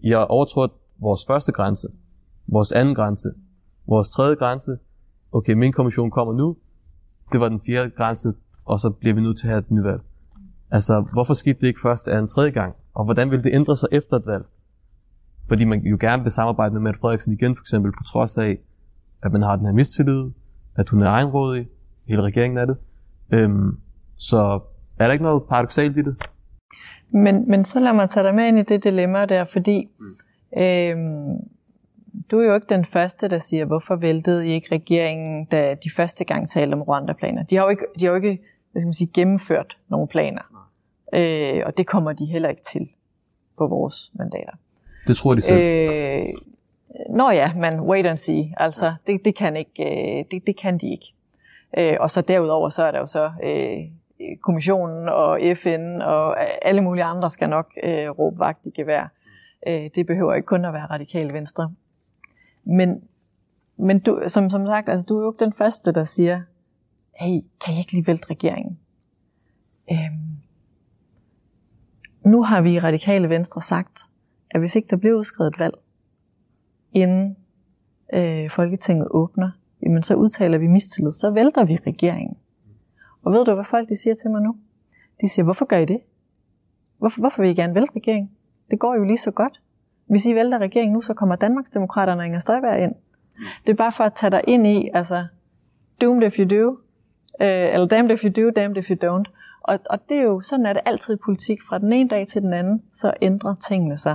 I har overtrådt vores første grænse, vores anden grænse, vores tredje grænse. Okay, min kommission kommer nu. Det var den fjerde grænse, og så bliver vi nødt til at have et nyvalg. Altså, hvorfor skete det ikke først af en tredje gang? Og hvordan vil det ændre sig efter et valg? Fordi man jo gerne vil samarbejde med Mette Frederiksen igen, for eksempel, på trods af, at man har den her mistillid, at hun er egenrådig, hele regeringen er det. Så er der ikke noget paradoksalt i det? Men så lad mig tage dig med ind i det dilemma der, fordi du er jo ikke den første, der siger, hvorfor væltede I ikke regeringen, da de første gang talte om Rwanda-planer. De har jo ikke hvad skal man sige, gennemført nogle planer. Og det kommer de heller ikke til på vores mandater. Det tror de selv. Nå ja, men wait and see. Altså, det kan de ikke. Og så derudover, så er der jo så kommissionen og FN og alle mulige andre skal nok råbe vagt i gevær. Det behøver ikke kun at være Radikale Venstre. Men du, som sagt, altså, du er jo ikke den første, der siger, hey, kan I ikke lige vælte regeringen? Nu har vi i Radikale Venstre sagt, at hvis ikke der bliver udskrevet et valg, inden Folketinget åbner, jamen så udtaler vi mistillid, så vælter vi regeringen. Og ved du, hvad folk de siger til mig nu? De siger, hvorfor gør I det? Hvorfor vil I gerne vælte regeringen? Det går jo lige så godt. Hvis I vælter regeringen nu, så kommer Danmarksdemokraterne og Inger Støjberg ind. Det er bare for at tage dig ind i, altså, doomed if you do, eller damned if you do, damned if you don't. Og det er jo, sådan er det altid i politik. Fra den ene dag til den anden, så ændrer tingene sig.